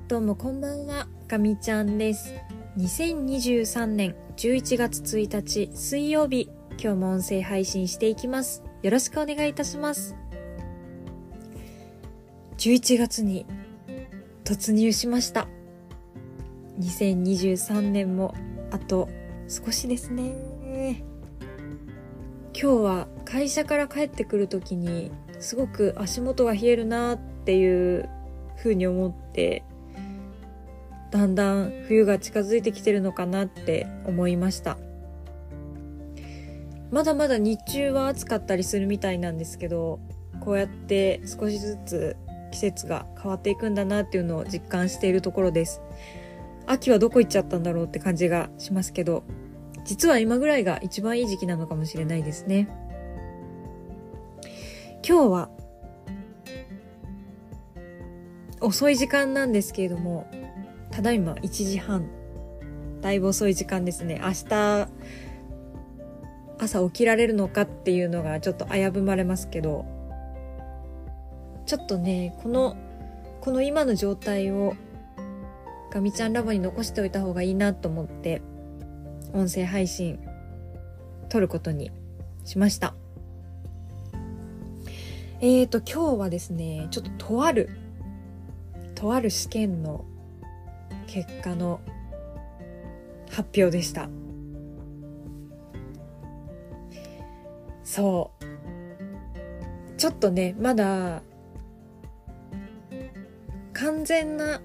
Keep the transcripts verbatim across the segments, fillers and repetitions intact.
どうもこんばんは、かみちゃんです。にせんにじゅうさんねんじゅういちがつついたち水曜日、今日も音声配信していきます。よろしくお願いいたします。じゅういちがつに突入しました。にせんにじゅうさんねんもあと少しですね。今日は会社から帰ってくるときにすごく足元が冷えるなっていう風に思って、だんだん冬が近づいてきてるのかなって思いました。まだまだ日中は暑かったりするみたいなんですけど、こうやって少しずつ季節が変わっていくんだなっていうのを実感しているところです。秋はどこ行っちゃったんだろうって感じがしますけど、実は今ぐらいが一番いい時期なのかもしれないですね。今日は遅い時間なんですけれども、ただいまいちじはん、だいぶ遅い時間ですね。明日朝起きられるのかっていうのがちょっと危ぶまれますけど、ちょっとね、このこの今の状態をガミちゃんラボに残しておいた方がいいなと思って音声配信撮ることにしました。えーと今日はですね、ちょっととあるとある試験の結果の発表でした。そうちょっとね、まだ完全な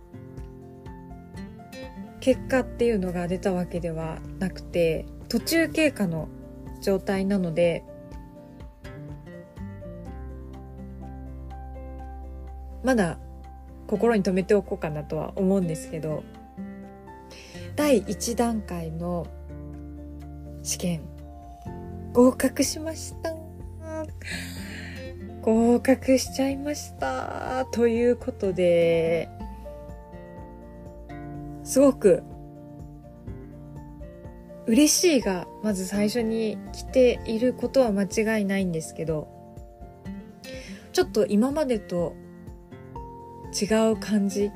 結果っていうのが出たわけではなくて、途中経過の状態なので、まだ心に留めておこうかなとは思うんですけど、だいいちだんかいの試験合格しました。合格しちゃいましたということで、すごく嬉しいがまず最初に来ていることは間違いないんですけど、ちょっと今までと違う感じ、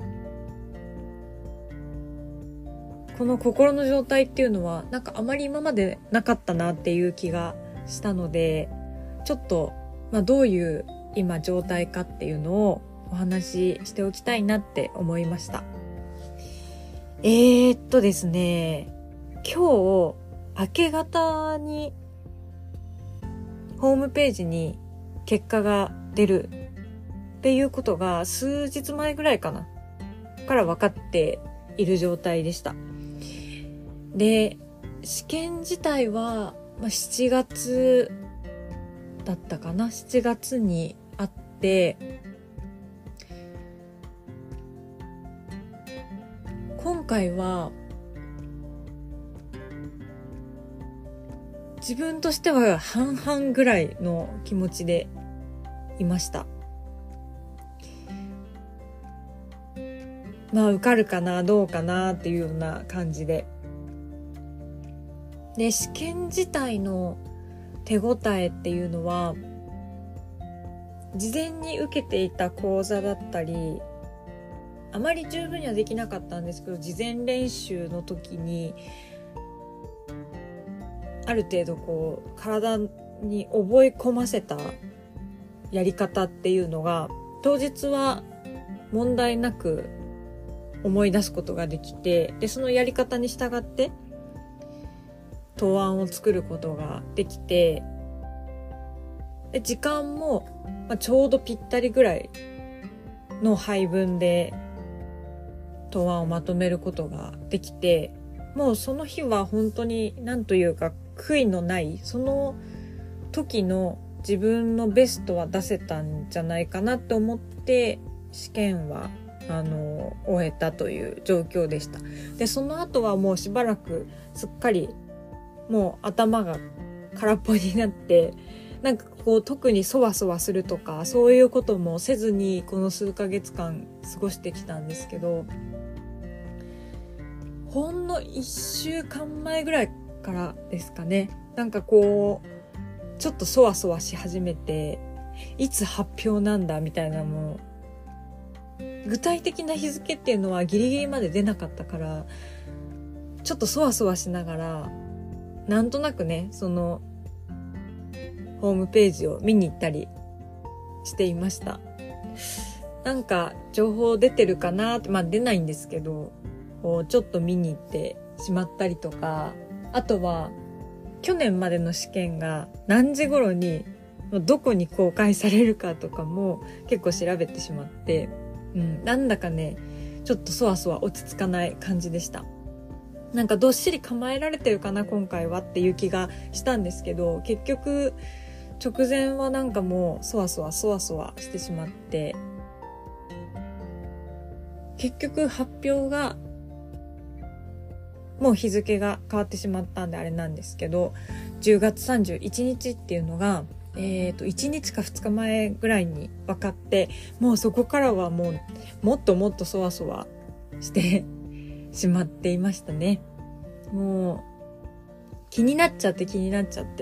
この心の状態っていうのはなんかあまり今までなかったなっていう気がしたので、ちょっと、まあ、どういう今状態かっていうのをお話ししておきたいなって思いました。えーっとですね今日明け方にホームページに結果が出るっていうことが数日前ぐらいかなから分かっている状態でした。で、試験自体は、まあ、しちがつだったかな、しちがつにあって、今回は自分としては半々ぐらいの気持ちでいました。まあ受かるかなどうかなっていうような感じで、で試験自体の手応えっていうのは、事前に受けていた講座だったり、あまり十分にはできなかったんですけど、事前練習の時にある程度こう体に覚え込ませたやり方っていうのが当日は問題なく思い出すことができて、でそのやり方に従って答案を作ることができて、で時間も、まあ、ちょうどぴったりぐらいの配分で答案をまとめることができて、もうその日は本当に何というか悔いのない、その時の自分のベストは出せたんじゃないかなと思って試験はあの終えたという状況でした。でその後はもうしばらくすっかりもう頭が空っぽになって、なんかこう特にそわそわするとかそういうこともせずにこの数ヶ月間過ごしてきたんですけど、ほんのいっしゅうかんまえぐらいからですかね、なんかこうちょっとそわそわし始めて、いつ発表なんだみたいなのも具体的な日付っていうのはギリギリまで出なかったから、ちょっとそわそわしながらなんとなくね、そのホームページを見に行ったりしていました。なんか情報出てるかなって、まあ出ないんですけど、こうちょっと見に行ってしまったりとか、あとは去年までの試験が何時頃にどこに公開されるかとかも結構調べてしまって、うん、なんだかねちょっとそわそわ落ち着かない感じでした。なんかどっしり構えられてるかな今回はっていう気がしたんですけど、結局直前はなんかもうそわそわそわそわしてしまって、結局発表がもう日付が変わってしまったんであれなんですけど、じゅうがつさんじゅういちにちっていうのがえーといちにちかふつかまえぐらいに分かって、もうそこからはもうもっともっとそわそわしてしまっていましたね。もう気になっちゃって気になっちゃって、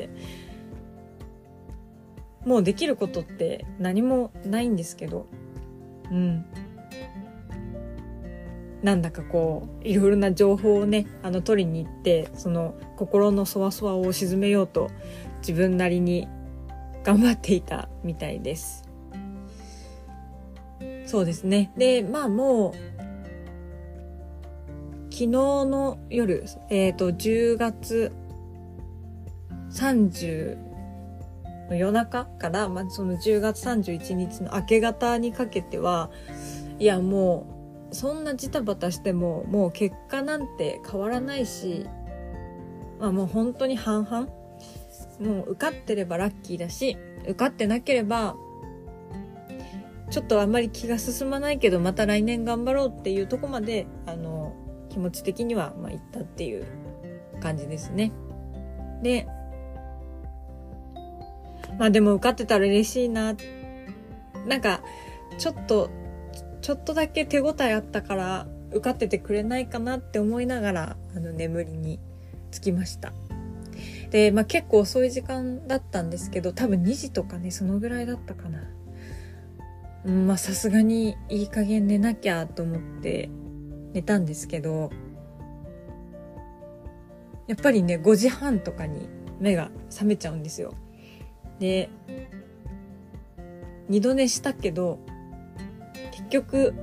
もうできることって何もないんですけど、うんなんだかこういろいろな情報をねあの取りに行って、その心のそわそわを鎮めようと自分なりに頑張っていたみたいです。そうですね。でまあもう昨日の夜、えっとじゅうがつさんじゅうの夜中から、まあ、そのじゅうがつさんじゅういちにちの明け方にかけては、いやもうそんなジタバタしてももう結果なんて変わらないし、まあもう本当に半々、もう受かってればラッキーだし、受かってなければちょっとあんまり気が進まないけどまた来年頑張ろうっていうとこまであの気持ち的にはまあいったっていう感じですね。でまあでも受かってたら嬉しいな、なんかちょっとちょっとだけ手応えあったから受かっててくれないかなって思いながらあの眠りにつきました。で、まあ、結構遅い時間だったんですけど、多分にじとかねそのぐらいだったかな。うん、まあさすがにいい加減寝なきゃと思って寝たんですけど、やっぱりねごじはんとかに目が覚めちゃうんですよ。で二度寝したけど結局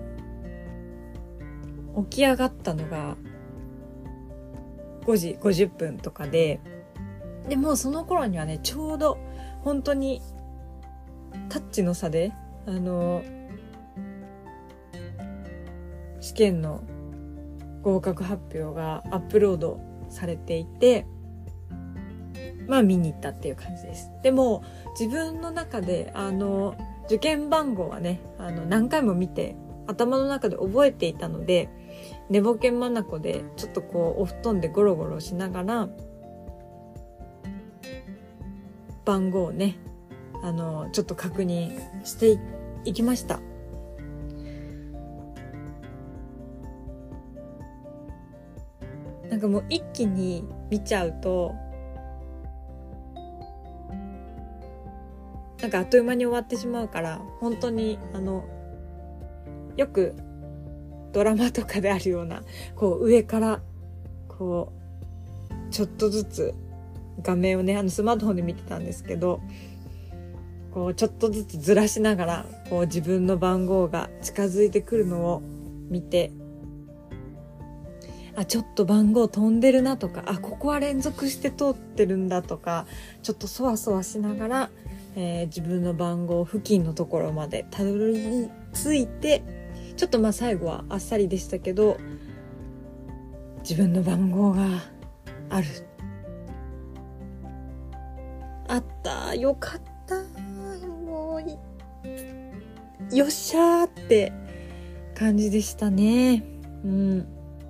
起き上がったのがごじごじゅっぷんとかで、でもうその頃にはねちょうど本当にタッチの差であの試験の合格発表がアップロードされていて、まあ見に行ったっていう感じです。でも自分の中であの受験番号はねあの何回も見て頭の中で覚えていたので、寝ぼけまなこでちょっとこうお布団でゴロゴロしながら番号をねあのちょっと確認していきました。なんかもう一気に見ちゃうとなんかあっという間に終わってしまうから、本当にあのよくドラマとかであるようなこう上からこうちょっとずつ画面をねあのスマートフォンで見てたんですけど、こうちょっとずつずらしながらこう自分の番号が近づいてくるのを見て、あちょっと番号飛んでるなとか、あここは連続して通ってるんだとか、ちょっとそわそわしながら、えー、自分の番号付近のところまでたどり着いて、ちょっとまあ最後はあっさりでしたけど自分の番号がある、あったよかった、もうよっしゃーって感じでしたね。うん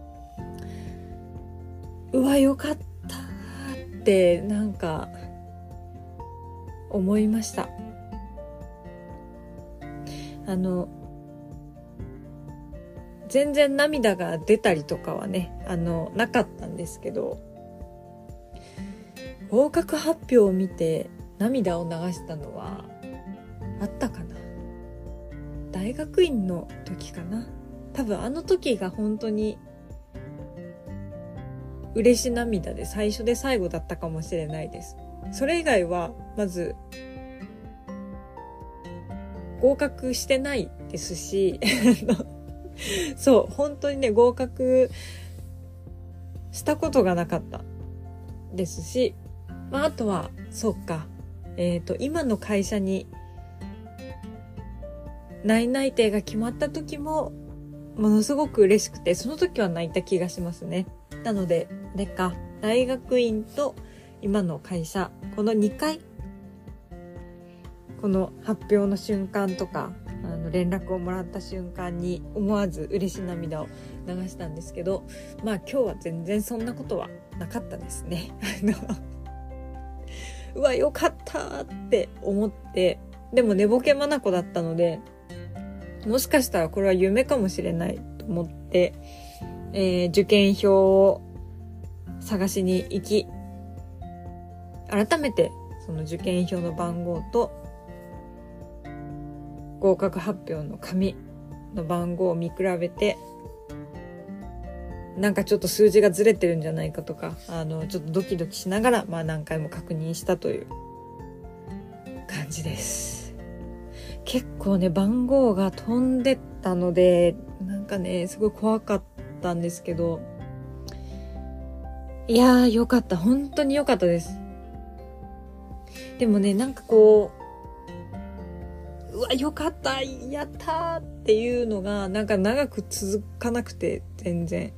うわよかったってなんか思いました。あの全然涙が出たりとかはねあのなかったんですけど、合格発表を見て涙を流したのはあったかな。大大学院の時かな。多分あの時が本当に嬉し涙で最初で最後だったかもしれないです。それ以外はまず合格してないですしそう本当にね合格したことがなかったですし、まあ、あとはそうかえっと今の会社に内内定が決まった時もものすごく嬉しくて、その時は泣いた気がしますね。なのででか大学院と今の会社、このにかいこの発表の瞬間とかあの連絡をもらった瞬間に思わず嬉し涙を流したんですけど、まあ今日は全然そんなことはなかったですねうわよかったって思って、でも寝ぼけ眼だったので、もしかしたらこれは夢かもしれないと思って、えー、受験票を探しに行き、改めてその受験票の番号と合格発表の紙の番号を見比べて、なんかちょっと数字がずれてるんじゃないかとか、あのちょっとドキドキしながら、まあ何回も確認したという感じです。結構ね番号が飛んでったので、なんかねすごい怖かったんですけど、いやーよかった、本当によかったです。でもねなんかこううわよかったやったーっていうのがなんか長く続かなくて、全然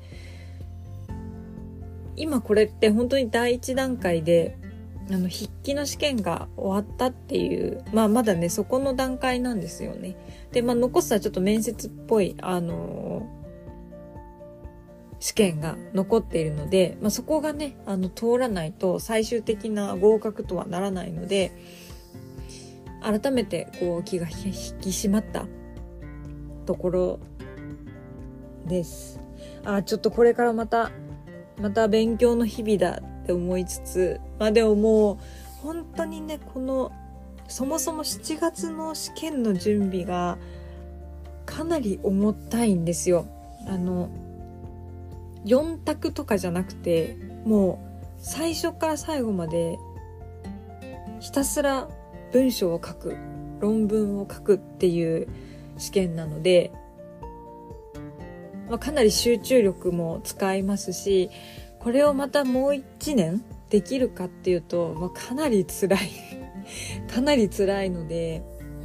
今これって本当に第一段階であの筆記の試験が終わったっていう、まあまだねそこの段階なんですよね。でまあ残すはちょっと面接っぽいあのー、試験が残っているので、まあ、そこがねあの通らないと最終的な合格とはならないので、改めてこう気が引き締まったところです。あ、ちょっとこれからまたまた勉強の日々だって思いつつ、まあでももう本当にねこのそもそもしちがつの試験の準備がかなり重たいんですよ。あのよん択とかじゃなくて、もう最初から最後までひたすら文章を書く、論文を書くっていう試験なので、まあ、かなり集中力も使いますし、これをまたもういちねんできるかっていうと、まあ、かなり辛いかなり辛いので、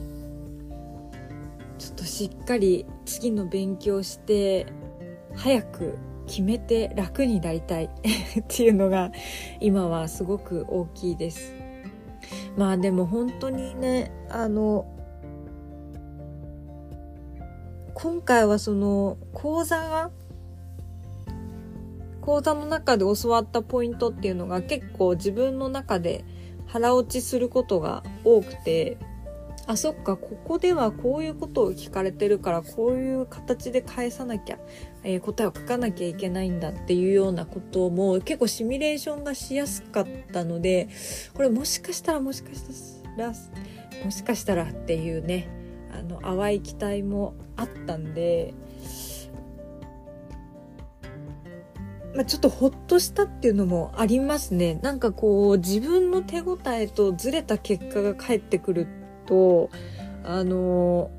ちょっとしっかり次の勉強して早く決めて楽になりたいっていうのが今はすごく大きいです。まあでも本当にね、あの今回はその講座が講座の中で教わったポイントっていうのが結構自分の中で腹落ちすることが多くて、あ、そっか、ここではこういうことを聞かれてるからこういう形で返さなきゃ、えー、答えを書かなきゃいけないんだっていうようなことも結構シミュレーションがしやすかったので、これもしかしたらもしかしたらもしかしたらっていうね、あの淡い期待もあったんで、まあ、ちょっとほっとしたっていうのもありますね。なんかこう自分の手応えとずれた結果が返ってくると、あの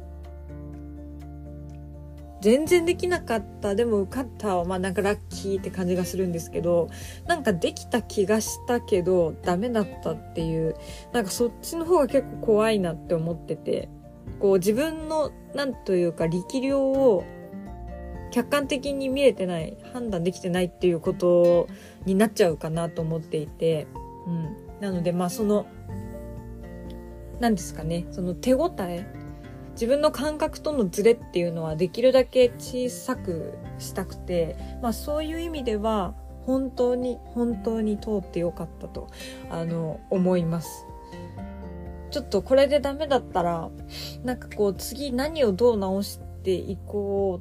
全然できなかった、でも受かったはまあなんかラッキーって感じがするんですけど、なんかできた気がしたけどダメだったっていう、なんかそっちの方が結構怖いなって思ってて、こう自分のなんというか力量を客観的に見れてない、判断できてないっていうことになっちゃうかなと思っていて、うん、なのでまあその何ですかね、その手応え、自分の感覚とのズレっていうのはできるだけ小さくしたくて、まあそういう意味では本当に本当に通ってよかったとあの思います。ちょっとこれでダメだったらなんかこう次何をどう直していこうって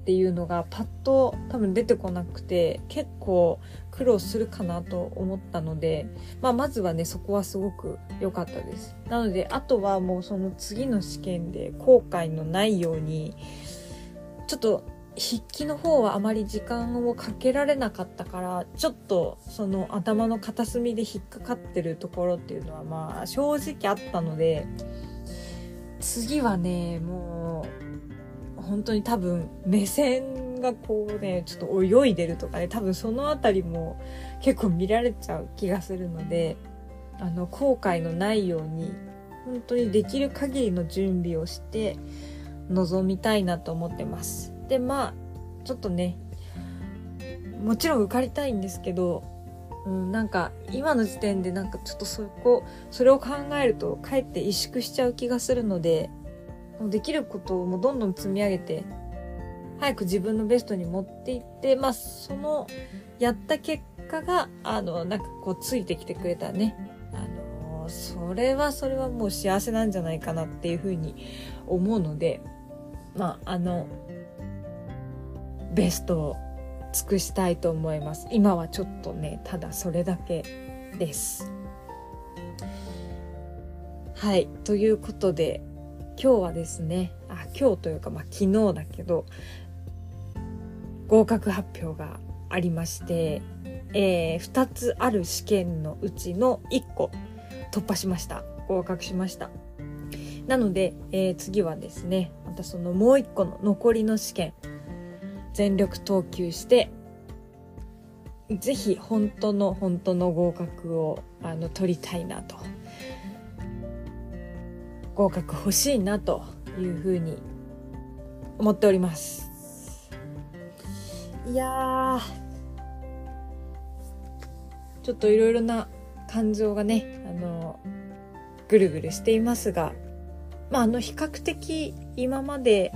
っていうのがパッと多分出てこなくて、結構苦労するかなと思ったので、まあ、まずはねそこはすごく良かったです。なのであとはもうその次の試験で後悔のないように、ちょっと筆記の方はあまり時間をかけられなかったから、ちょっとその頭の片隅で引っかかってるところっていうのはまあ正直あったので、次はねもう本当に多分目線がこうねちょっと泳いでるとかね、多分そのあたりも結構見られちゃう気がするので、あの後悔のないように本当にできる限りの準備をして臨みたいなと思ってます。でまあちょっとねもちろん受かりたいんですけど、うん、なんか今の時点でなんかちょっとそこそれを考えるとかえって萎縮しちゃう気がするので、できることをもうどんどん積み上げて早く自分のベストに持っていって、まあそのやった結果があのなんかこうついてきてくれたらね、あのそれはそれはもう幸せなんじゃないかなっていうふうに思うので、まああのベストを尽くしたいと思います。今はちょっとねただそれだけです。はい、ということで今日はですね、あ今日というかまあ昨日だけど合格発表がありまして、えー、ふたつある試験のうちのいっこ突破しました。合格しました。なので、えー、次はですね、またそのもういっこの残りの試験全力投球してぜひ本当の本当の合格をあの取りたいなと、合格欲しいなというふうに思っております。いやーちょっといろいろな感情がねあのぐるぐるしていますが、まああの比較的今まで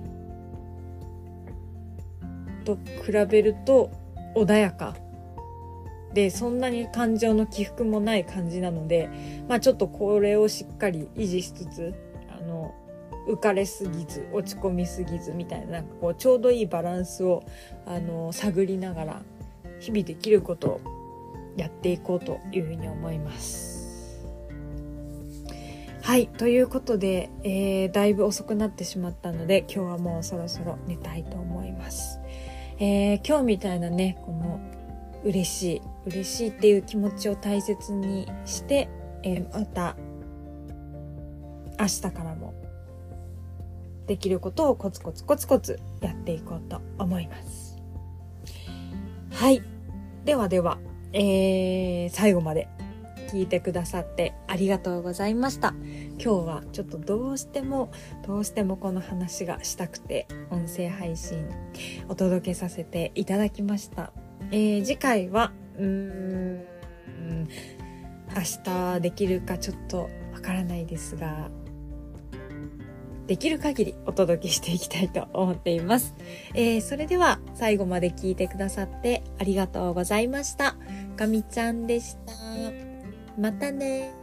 と比べると穏やかで、そんなに感情の起伏もない感じなので、まあちょっとこれをしっかり維持しつつ、あの浮かれすぎず落ち込みすぎずみたいな、なんかこうちょうどいいバランスをあの探りながら日々できることをやっていこうというふうに思います。はい、ということで、えー、だいぶ遅くなってしまったので今日はもうそろそろ寝たいと思います。えー、今日みたいなねこの嬉しい嬉しいっていう気持ちを大切にして、えー、また明日からもできることをコツコツコツコツやっていこうと思います。はい、ではでは、えー、最後まで聞いてくださってありがとうございました。今日はちょっとどうしてもどうしてもこの話がしたくて音声配信お届けさせていただきました。えー、次回はうーん明日できるかちょっとわからないですが、できる限りお届けしていきたいと思っています。えー、それでは最後まで聞いてくださってありがとうございました。かみちゃんでした。またね。